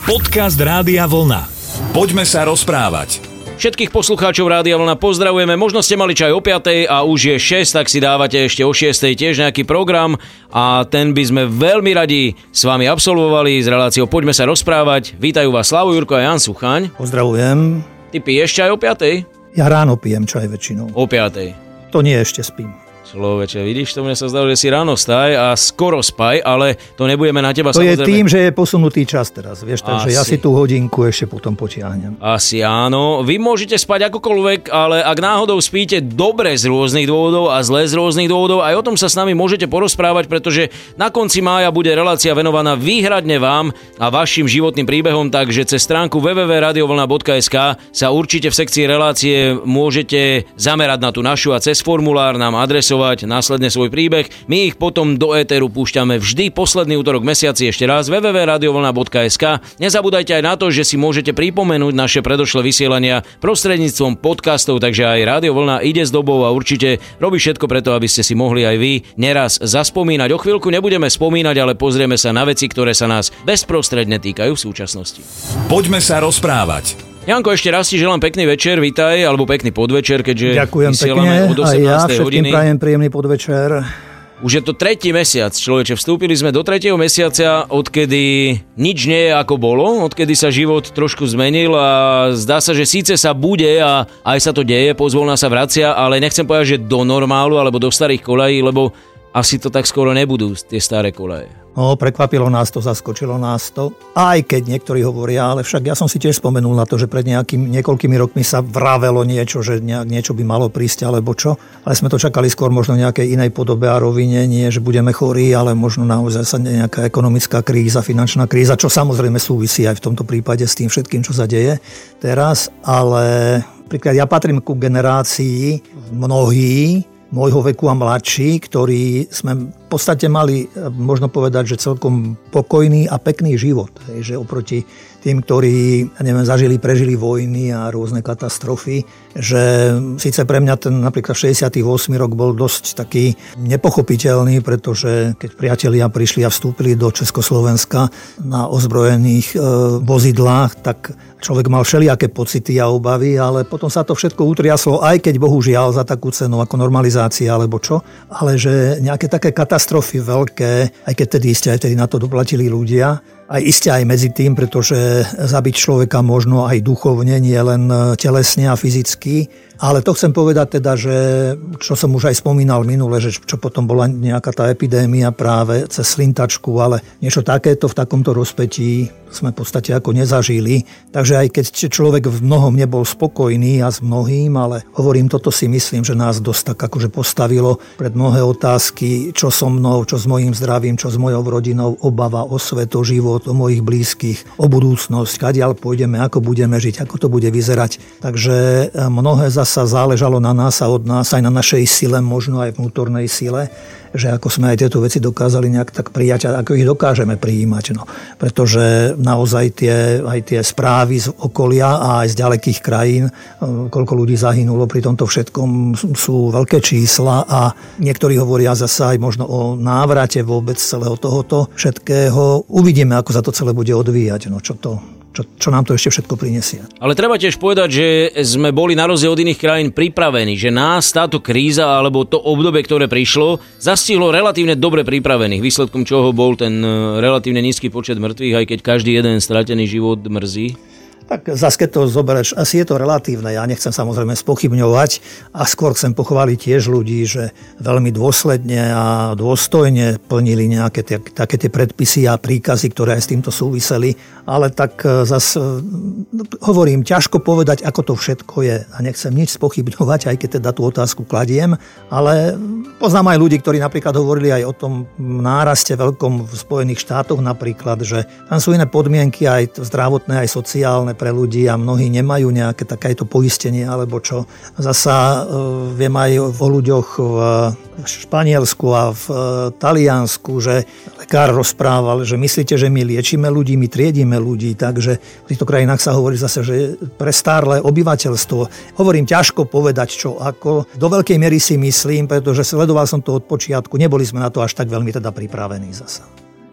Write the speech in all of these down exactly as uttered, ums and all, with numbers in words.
Podcast Rádia Vlna. Poďme sa rozprávať. Všetkých poslucháčov Rádia Vlna pozdravujeme. Možno ste mali čaj o piatej a už je šesť, tak si dávate ešte o šiestej tiež nejaký program a ten by sme veľmi radi s vami absolvovali s reláciou Poďme sa rozprávať. Vítajú vás Slavo Jurko a Jan Suchaň. Pozdravujem. Ty piješ čaj o piatej? Ja ráno pijem čaj väčšinou. O piatej? To nie, ešte spím. Človeče, vidíš, to mne sa zdalo, že si ráno staj a skoro spaj, ale to nebudeme na teba to samozrejme. To je tým, že je posunutý čas teraz, vieš, takže Asi. ja si tú hodinku ešte potom potiahnem. Asi áno. Vy môžete spať akokoľvek, ale ak náhodou spíte dobre z rôznych dôvodov a zle z rôznych dôvodov, aj o tom sa s nami môžete porozprávať, pretože na konci mája bude relácia venovaná výhradne vám a vašim životným príbehom, takže cez stránku w w w bodka radiovlna bodka es ka sa určite v sekcii relácie môžete zamerať na tú našu a cez formulár nám adresovať následne svoj príbeh. My ich potom do éteru púšťame vždy posledný útorok mesiaci. Ešte raz w w w bodka radiovlna bodka es ka. Nezabúdajte aj na to, že si môžete pripomenúť naše predošlé vysielania prostredníctvom podcastov, takže aj Rádio Vlna ide s dobou a určite robí všetko preto, aby ste si mohli aj vy neraz zaspomínať. O chvíľku nebudeme spomínať, ale pozrieme sa na veci, ktoré sa nás bezprostredne týkajú v súčasnosti. Poďme sa rozprávať. Janko, ešte raz ti želám pekný večer, vitaj, alebo pekný podvečer, keďže ďakujem vysielame pekne, od osemnástej aj ja hodiny. všetkým prajem príjemný podvečer. Už je to tretí mesiac, človeče, vstúpili sme do tretieho mesiaca, odkedy nič nie je ako bolo, odkedy sa život trošku zmenil a zdá sa, že síce sa bude a aj sa to deje, pozvolna sa vracia, ale nechcem povedať, že do normálu alebo do starých kolají, lebo asi to tak skoro nebudú tie staré kolaje. No, prekvapilo nás to, zaskočilo nás to. Aj keď niektorí hovoria, ale však ja som si tiež spomenul na to, že pred nejakým, niekoľkými rokmi sa vravelo niečo, že niečo by malo prísť alebo čo. Ale sme to čakali skôr možno nejakej inej podobe a rovine, nie že budeme chorí, ale možno naozaj sa nejaká ekonomická kríza, finančná kríza, čo samozrejme súvisí aj v tomto prípade s tým všetkým, čo sa deje teraz. Ale príklad, ja patrím ku generácii mnohí, môjho veku a mladší, ktorí sme v podstate mali, možno povedať, že celkom pokojný a pekný život. Hej, že oproti tým, ktorí, neviem, zažili, prežili vojny a rôzne katastrofy, že síce pre mňa ten napríklad šesťdesiaty ôsmy rok bol dosť taký nepochopiteľný, pretože keď priatelia prišli a vstúpili do Československa na ozbrojených e, vozidlách, tak človek mal všelijaké pocity a obavy, ale potom sa to všetko utriaslo, aj keď bohužiaľ za takú cenu ako normalizácia alebo čo, ale že nejaké také katastrofy veľké, aj keď tedy iste aj tedy na to doplatili ľudia, aj iste aj medzi tým, pretože zabiť človeka možno aj duchovne, nie len telesne a fyzicky. Ale to chcem povedať teda, že čo som už aj spomínal minule, že čo potom bola nejaká tá epidémia práve cez slintačku, ale niečo takéto v takomto rozpätí sme v podstate ako nezažili. Takže aj keď človek v mnohom nebol spokojný a s mnohým, ale hovorím, toto si myslím, že nás dosť tak akože postavilo pred mnohé otázky, čo so mnou, čo s mojím zdravím, čo s mojou rodinou, obava o svet, o život, o mojich blízkych, o budúcnosť, kadiaľ pôjdeme, ako budeme žiť, ako to bude vyzerať. Takže mnohé zasa záležalo na nás a od nás, aj na našej sile, možno aj vnútornej sile, že ako sme aj tieto veci dokázali nejak tak prijať a ako ich dokážeme prijímať. No. Pretože naozaj tie, aj tie správy z okolia a aj z ďalekých krajín, koľko ľudí zahynulo pri tomto všetkom, sú veľké čísla a niektorí hovoria zasa aj možno o návrate vôbec celého tohoto všetkého. Uvidíme, ako sa to celé bude odvíjať. No, čo to Čo, čo nám to ešte všetko prinesie. Ale treba tiež povedať, že sme boli na rozdiel od iných krajín pripravení, že nás táto kríza alebo to obdobie, ktoré prišlo, zastihlo relatívne dobre pripravených, výsledkom čoho bol ten relatívne nízky počet mŕtvych, aj keď každý jeden stratený život mrzí. Tak zase keď to zoberieš, asi je to relatívne, ja nechcem samozrejme spochybňovať a skôr chcem pochváliť tiež ľudí, že veľmi dôsledne a dôstojne plnili nejaké tie, také tie predpisy a príkazy, ktoré aj s týmto súviseli, ale tak zase hovorím, ťažko povedať, ako to všetko je a nechcem nič spochybňovať, aj keď teda tú otázku kladiem, ale poznám aj ľudí, ktorí napríklad hovorili aj o tom náraste veľkom v Spojených štátoch napríklad, že tam sú iné podmienky aj zdravotné, aj sociálne pre ľudí a mnohí nemajú nejaké takéto poistenie alebo čo. Zasa e, viem aj o ľuďoch v Španielsku a v e, Taliansku, že lekár rozprával, že myslíte, že my liečíme ľudí, my triedíme ľudí, takže v týchto krajinách sa hovorí zase, že pre stárle obyvateľstvo. Hovorím, ťažko povedať čo ako. Do veľkej miery si myslím, pretože sledoval som to od počiatku, neboli sme na to až tak veľmi teda pripravení zasa.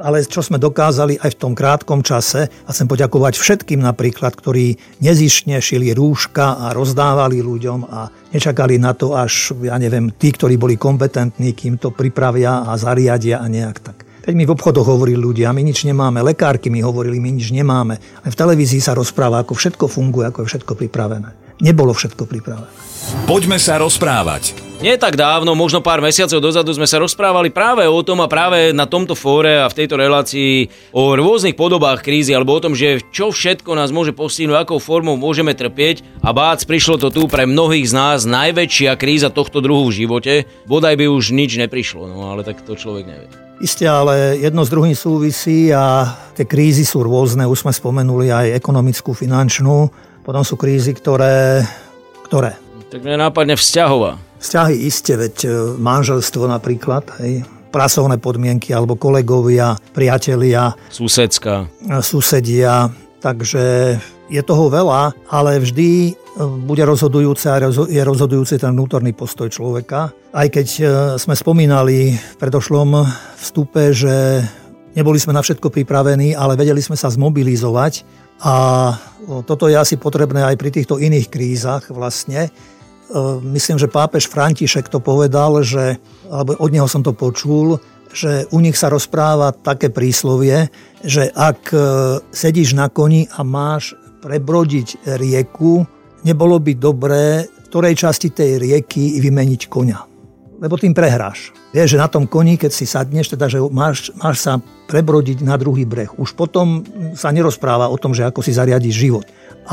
Ale čo sme dokázali aj v tom krátkom čase, a chcem poďakovať všetkým napríklad, ktorí nezištne šili rúška a rozdávali ľuďom a nečakali na to, až, ja neviem, tí, ktorí boli kompetentní, kým to pripravia a zariadia a nejak tak. Teď mi v obchodoch hovorili ľudia, my nič nemáme, lekárky mi hovorili, my nič nemáme. Aj v televízii sa rozpráva, ako všetko funguje, ako je všetko pripravené. Nebolo všetko pripravené. Poďme sa rozprávať. Nie tak dávno, možno pár mesiacov dozadu sme sa rozprávali práve o tom a práve na tomto fóre a v tejto relácii o rôznych podobách krízy, alebo o tom, že čo všetko nás môže postihnúť, akou formou môžeme trpieť, a bác, prišlo to tu pre mnohých z nás najväčšia kríza tohto druhu v živote. Bodaj by už nič neprišlo, no ale tak to človek nevie. Isté, ale jedno s druhým súvisí a tie krízy sú rôzne, už sme spomenuli aj ekonomickú, finančnú, potom sú krízy, ktoré... ktoré? Tak mne nápadne vzťahová. Vzťahy iste, veď manželstvo napríklad, hej, pracovné podmienky alebo kolegovia, priatelia, susedská, susedia, takže je toho veľa, ale vždy bude rozhodujúce a je rozhodujúci ten vnútorný postoj človeka. Aj keď sme spomínali v predošlom vstupe, že neboli sme na všetko pripravení, ale vedeli sme sa zmobilizovať a toto je asi potrebné aj pri týchto iných krízach vlastne. Myslím, že pápež František to povedal, že, alebo od neho som to počul, že u nich sa rozpráva také príslovie, že ak sedíš na koni a máš prebrodiť rieku, nebolo by dobré v ktorej časti tej rieky vymeniť koňa. Lebo tým prehráš. Vieš, že na tom koni, keď si sadneš, teda, že máš, máš sa prebrodiť na druhý breh. Už potom sa nerozpráva o tom, že ako si zariadiš život.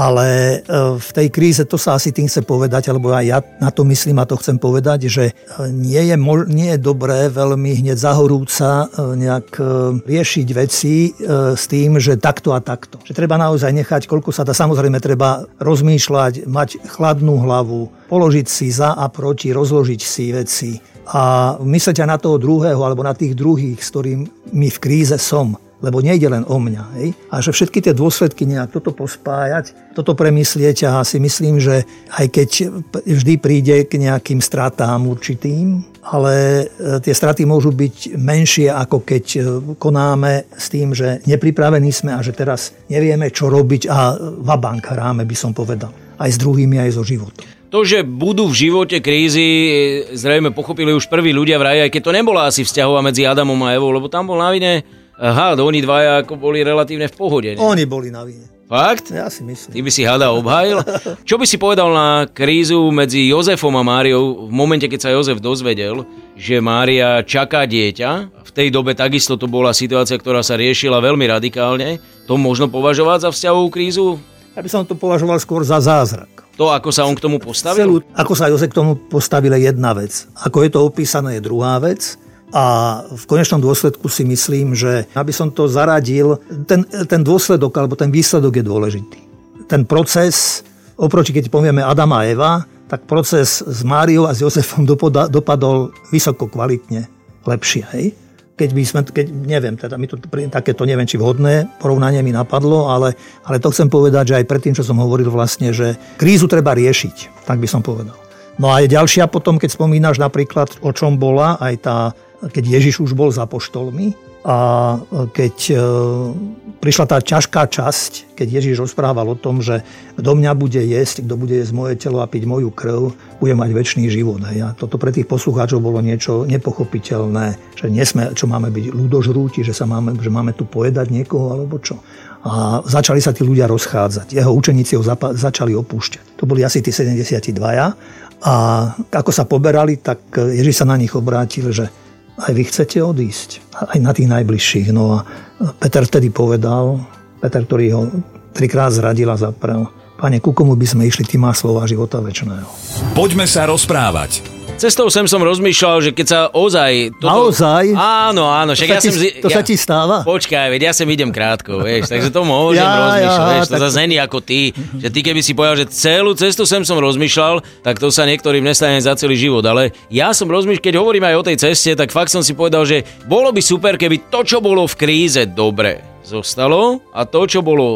Ale v tej kríze, to sa asi tým chce povedať, alebo aj ja na to myslím a to chcem povedať, že nie je, nie je dobré veľmi hneď zahorúca nejak riešiť veci s tým, že takto a takto. Že treba naozaj nechať, koľko sa dá. Samozrejme treba rozmýšľať, mať chladnú hlavu, položiť si za a proti, rozložiť si veci a myslieť aj na toho druhého alebo na tých druhých, s ktorými v kríze som. Lebo nejde len o mňa. Hej? A že všetky tie dôsledky nejak toto pospájať, toto premyslieť a si myslím, že aj keď vždy príde k nejakým stratám určitým, ale tie straty môžu byť menšie, ako keď konáme s tým, že nepripravení sme a že teraz nevieme, čo robiť a vabank hráme, by som povedal. Aj s druhými, aj so životom. To, že budú v živote krízy, zrejme pochopili už prví ľudia v raji, aj keď to nebola asi vzťahová medzi Adamom a Evou, lebo tam bol na vine. Aha, oni dvaja ako boli relatívne v pohode. Ne? Oni boli na vine. Fakt? Ja si myslím. Ty by si hada obhájil? Čo by si povedal na krízu medzi Jozefom a Máriou v momente, keď sa Jozef dozvedel, že Mária čaká dieťa? V tej dobe takisto to bola situácia, ktorá sa riešila veľmi radikálne. To možno považovať za vzťahovú krízu? Ja by som to považoval skôr za zázrak. To, ako sa on k tomu postavil? Celú, ako sa Jozef k tomu postavil, je jedna vec. Ako je to opísané, je druhá vec. A v konečnom dôsledku si myslím, že aby som to zaradil, ten, ten dôsledok alebo ten výsledok je dôležitý. Ten proces, oproti keď povieme Adam a Eva, tak proces s Máriou a s Jozefom dopada, dopadol vysoko kvalitne lepšie. Hej? Keď by sme, keď, neviem, teda mi to takéto neviem, či vhodné porovnanie mi napadlo, ale, ale to chcem povedať, že aj predtým, čo som hovoril vlastne, že krízu treba riešiť, tak by som povedal. No a je ďalšia potom, keď spomínaš napríklad, o čom bola aj tá, keď Ježiš už bol za apoštolmi a keď e, prišla tá ťažká časť, keď Ježiš rozprával o tom, že kto mňa bude jesť, kto bude jesť moje telo a piť moju krv, bude mať večný život. A toto pre tých poslucháčov bolo niečo nepochopiteľné, že nesme, čo máme byť ľudožrúti, že, sa máme, že máme tu pojedať niekoho alebo čo. A začali sa tí ľudia rozchádzať. Jeho učeníci ho zapa- začali opúšťať. To boli asi tí sedemdesiatdvaja. A ako sa poberali, tak Ježiš sa na nich obrátil, že aj vy chcete odísť, aj na tých najbližších. No a Peter vtedy povedal, Peter, ktorý ho trikrát zradil a zaprel, Pane, ku komu by sme išli, ty máš slova života večného. Poďme sa rozprávať. Cestou sem som rozmýšľal, že keď sa ozaj... Toto... Naozaj? Áno, áno. To, ja sa, ti, som... to ja... sa ti stáva? Počkaj, veď ja sem idem krátko, vieš, takže to môžem ja, rozmýšľať, ja, vieš, to tak... zase není ako ty, že ty keby si povedal, že celú cestu sem som rozmýšľal, tak to sa niektorým nestane za celý život, ale ja som rozmýšľal, keď hovorím aj o tej ceste, tak fakt som si povedal, že bolo by super, keby to, čo bolo v kríze dobre, zostalo a to, čo bolo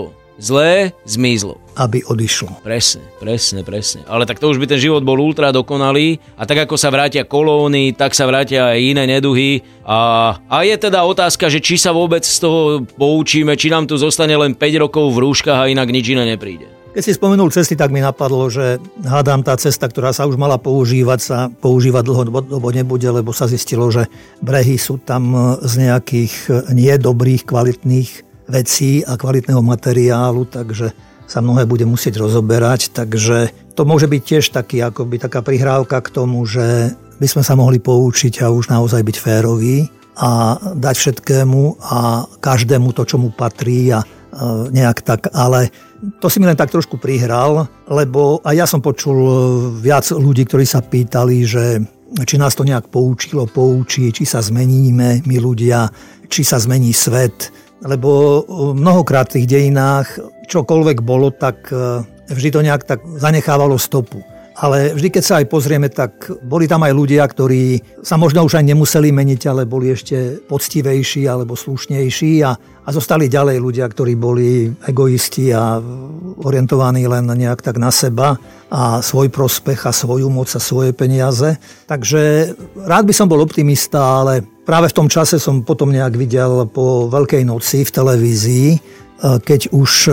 zlé zmizlo. Aby odišlo. Presne, presne, presne. Ale tak to už by ten život bol ultra dokonalý a tak ako sa vrátia kolóny, tak sa vrátia aj iné neduhy a, a je teda otázka, že či sa vôbec z toho poučíme, či nám tu zostane len päť rokov v rúškach a inak nič iné nepríde. Keď si spomenul cesty, tak mi napadlo, že hádam tá cesta, ktorá sa už mala používať, sa používať dlhodobo nebude, lebo sa zistilo, že brehy sú tam z nejakých niedobrých, kvalitných vecí a kvalitného materiálu, takže sa mnohé bude musieť rozoberať, takže to môže byť tiež taký, akoby taká prihrávka k tomu, že by sme sa mohli poučiť a už naozaj byť féroví a dať všetkému a každému to, čo mu patrí a nejak tak, ale to si mi len tak trošku prihral, lebo aj ja som počul viac ľudí, ktorí sa pýtali, že či nás to nejak poučilo, poučí, či sa zmeníme my ľudia, či sa zmení svet, lebo mnohokrát v tých dejinách čokoľvek bolo, tak vždy to nejak tak zanechávalo stopu. Ale vždy, keď sa aj pozrieme, tak boli tam aj ľudia, ktorí sa možno už aj nemuseli meniť, ale boli ešte poctivejší alebo slušnejší a, a zostali ďalej ľudia, ktorí boli egoisti a orientovaní len nejak tak na seba a svoj prospech a svoju moc a svoje peniaze. Takže rád by som bol optimista, ale práve v tom čase som potom nejak videl po Veľkej noci v televízii, keď už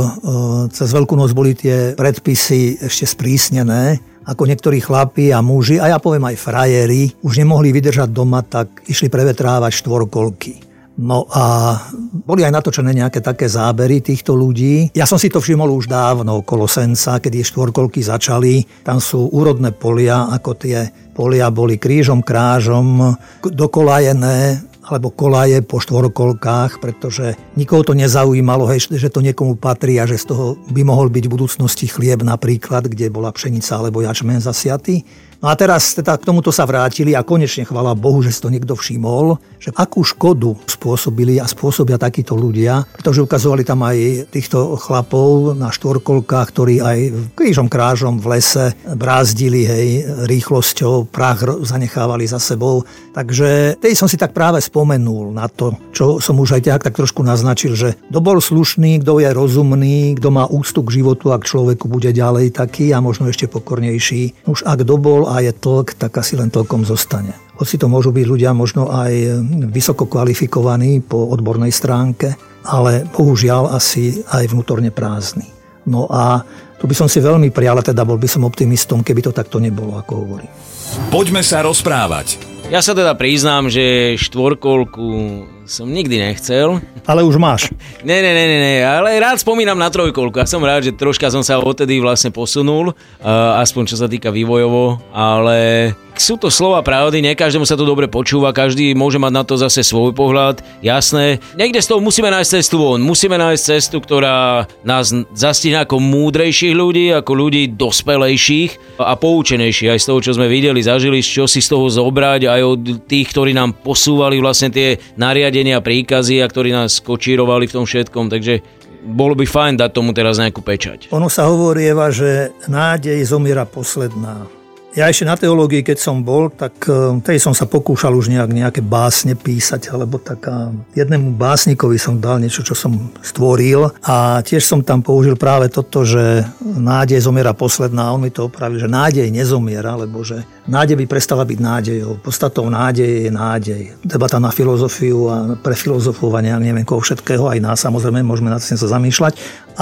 cez Veľkú noc boli tie predpisy ešte sprísnené, ako niektorí chlapi a muži, a ja poviem aj frajeri, už nemohli vydržať doma, tak išli prevetrávať štvorkolky. No a boli aj natočené nejaké také zábery týchto ľudí. Ja som si to všimol už dávno okolo Senca, keď štvorkolky začali. Tam sú úrodné polia, ako tie polia boli krížom, krážom, dokolajené, alebo kolaje po štvorkolkách, pretože nikoho to nezaujímalo, hej, že to niekomu patrí a že z toho by mohol byť v budúcnosti chlieb napríklad, kde bola pšenica alebo jačmen zasiatý. No a teraz teda k tomuto sa vrátili a konečne chvála Bohu, že si to niekto všimol, že akú škodu spôsobili a spôsobia takíto ľudia, pretože ukazovali tam aj týchto chlapov na štvorkolkách, ktorí aj krížom krážom v lese brázdili, hej, rýchlosťou, prach zanechávali za sebou. Takže tej som si tak práve spomenul na to, čo som už aj tak, tak trošku naznačil, že kto bol slušný, kto je rozumný, kto má úctu k životu a k človeku bude ďalej taký a možno ešte pokornejší. Už ak kto bol a je tlk, tak asi len tlkom zostane. Hoci to môžu byť ľudia možno aj vysoko kvalifikovaní po odbornej stránke, ale bohužiaľ asi aj vnútorne prázdni. No a tu by som si veľmi prial, a teda bol by som optimistom, keby to takto nebolo, ako hovorím. Poďme sa rozprávať. Ja sa teda priznám, že štvorkolku som nikdy nechcel. Ale už máš. Ne, ne, ne, ne, ale rád spomínam na trojkolku. Ja som rád, že troška som sa odtedy vlastne posunul, aspoň čo sa týka vývojovo, ale sú to slova pravdy, nie každému sa to dobre počúva, každý môže mať na to zase svoj pohľad, jasné. Niekde z toho musíme nájsť cestu von, musíme nájsť cestu, ktorá nás zastihne ako múdrejších ľudí, ako ľudí dospelejších a poučenejších aj z toho, čo sme videli, zažili, čo si z toho zobrať, aj od tých, ktorí nám posúvali vlastne tie nariadenia, príkazy a ktorí nás kočírovali v tom všetkom, takže bolo by fajn dať tomu teraz nejakú pečať. Ono sa hovorieva, že nádej zomiera posledná. Ja ešte na teológii, keď som bol, tak tej som sa pokúšal už nejak nejaké básne písať, alebo taká jednému básnikovi som dal niečo, čo som stvoril a tiež som tam použil práve toto, že nádej zomiera posledná. On mi to opravil, že nádej nezomiera, lebo že nádej by prestala byť nádejou. Podstatou nádeje je nádej. Debata na filozofiu a pre filozofovania, neviem koho všetkého, aj nás samozrejme môžeme nad tým sa zamýšľať.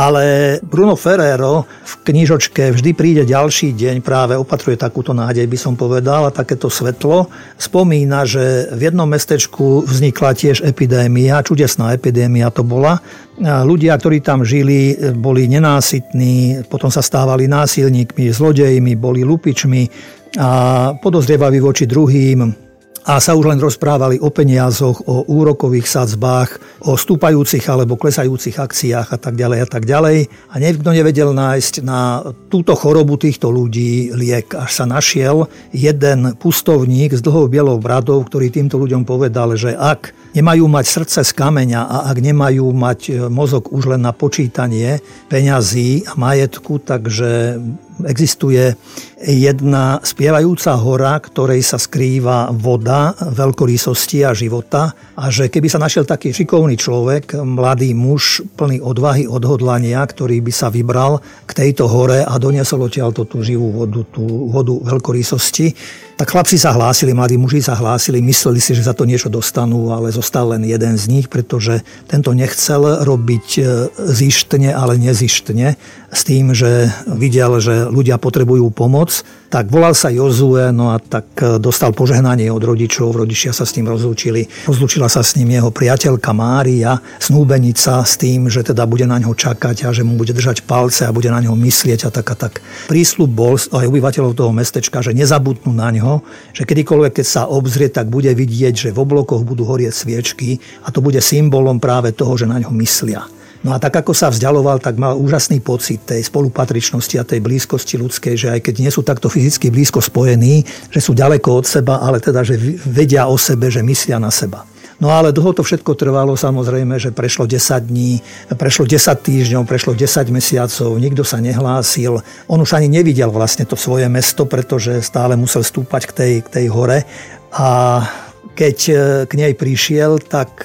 Ale Bruno Ferrero v knižočke Vždy príde ďalší deň práve opatruje takúto nádej, by som povedal, a takéto svetlo. Spomína, že v jednom mestečku vznikla tiež epidémia, čudesná epidémia to bola. Ľudia, ktorí tam žili, boli nenásytní, potom sa stávali násilníkmi, zlodejmi, boli lupičmi a podozrievaví voči druhým. A sa už len rozprávali o peniazoch, o úrokových sadzbách, o stúpajúcich alebo klesajúcich akciách a tak ďalej a tak ďalej. A nikto nevedel nájsť na túto chorobu týchto ľudí liek. Až sa našiel jeden pustovník s dlhou bielou bradou, ktorý týmto ľuďom povedal, že ak nemajú mať srdce z kameňa a ak nemajú mať mozog už len na počítanie peňazí a majetku, takže existuje jedna spievajúca hora, ktorej sa skrýva voda, veľkorysosti a života a že keby sa našiel taký šikovný človek, mladý muž plný odvahy, odhodlania, ktorý by sa vybral k tejto hore a doniesol odtiaľto tú živú vodu, tú vodu veľkorysosti, tak chlapci sa hlásili, mladí muži sa hlásili, mysleli si, že za to niečo dostanú, ale zostal len jeden z nich, pretože tento nechcel robiť zištne, ale nezištne, s tým, že videl, že ľudia potrebujú pomoc, tak volal sa Jozue, no a tak dostal požehnanie od rodičov, rodičia sa s tým rozlúčili. Rozlúčila sa s ním jeho priateľka Mária, snúbenica, s tým, že teda bude na ňo čakať a že mu bude držať palce a bude na ňo myslieť a tak a tak. Prísľub bol aj obyvateľov toho mestečka, že nezabudnú na ňo, že kedykoľvek, keď sa obzrie, tak bude vidieť, že v oblokoch budú horieť sviečky a to bude symbolom práve toho, že na ňo myslia. No a tak, ako sa vzdialoval, tak mal úžasný pocit tej spolupatričnosti a tej blízkosti ľudskej, že aj keď nie sú takto fyzicky blízko spojení, že sú ďaleko od seba, ale teda, že vedia o sebe, že myslia na seba. No ale dlho to všetko trvalo, samozrejme, že prešlo desať dní, prešlo desať týždňov, prešlo desať mesiacov, nikto sa nehlásil. On už ani nevidel vlastne to svoje mesto, pretože stále musel stúpať k tej, k tej hore. A keď k nej prišiel, tak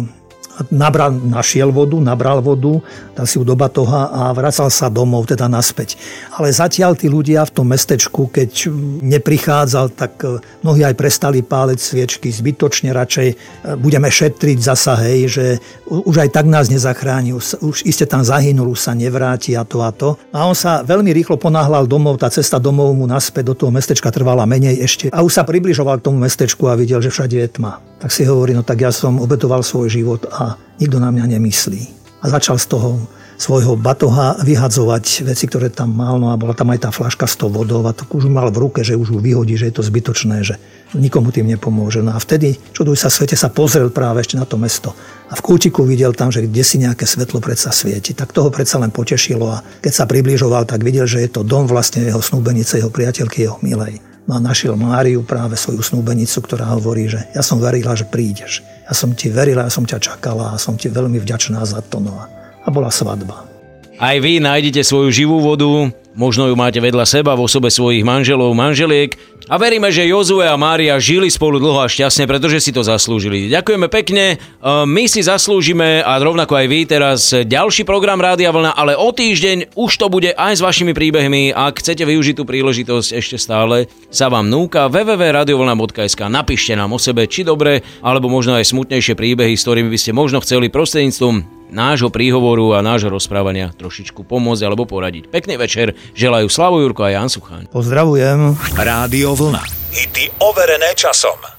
nabral, našiel vodu, nabral vodu, dal si ju do batoha a vracal sa domov, teda naspäť. Ale zatiaľ tí ľudia v tom mestečku, keď neprichádzal, tak mnohí aj prestali páleť sviečky, zbytočne radšej budeme šetriť zasa, hej, že už aj tak nás nezachráni, už iste tam zahynul, už sa nevráti a to a to. A on sa veľmi rýchlo ponáhľal domov, tá cesta domov mu naspäť do toho mestečka trvala menej ešte. A už sa približoval k tomu mestečku a videl, že všade je tma. Tak si hovorí, no tak ja som obetoval svoj život a nikto na mňa nemyslí. A začal z toho svojho batoha vyhadzovať veci, ktoré tam mal, no a bola tam aj tá fľaška s tou vodou a to už mal v ruke, že už ju vyhodí, že je to zbytočné, že nikomu tým nepomôže. No a vtedy, čuduj sa svete, sa pozrel práve ešte na to mesto a v kútiku videl tam, že kde si nejaké svetlo predsa svieti. Tak toho predsa len potešilo a keď sa približoval, tak videl, že je to dom vlastne jeho snúbenice, jeho priateľky, jeho milej. No a našiel Máriu, práve svoju snúbenicu, ktorá hovorí, že ja som verila, že prídeš. Ja som ti verila, ja som ťa čakala a som ti veľmi vďačná za to. No a bola svadba. Aj vy nájdete svoju živú vodu, možno ju máte vedľa seba v osobe svojich manželov, manželiek a veríme, že Jozue a Mária žili spolu dlho a šťastne, pretože si to zaslúžili. Ďakujeme pekne, my si zaslúžime a rovnako aj vy teraz ďalší program Rádia Vlna, ale o týždeň už to bude aj s vašimi príbehmi. Ak chcete využiť tú príležitosť ešte stále, sa vám núka w w w bodka radiovlna bodka es ka. Napíšte nám o sebe, či dobre, alebo možno aj smutnejšie príbehy, s ktorými by ste možno chceli prostredníctvom nášho príhovoru a nášho rozprávania trošičku pomôcť alebo poradiť. Pekný večer želajú Slavo Jurko a Ján Sucháň. Pozdravujem. Rádio Vlna. Hity overené časom.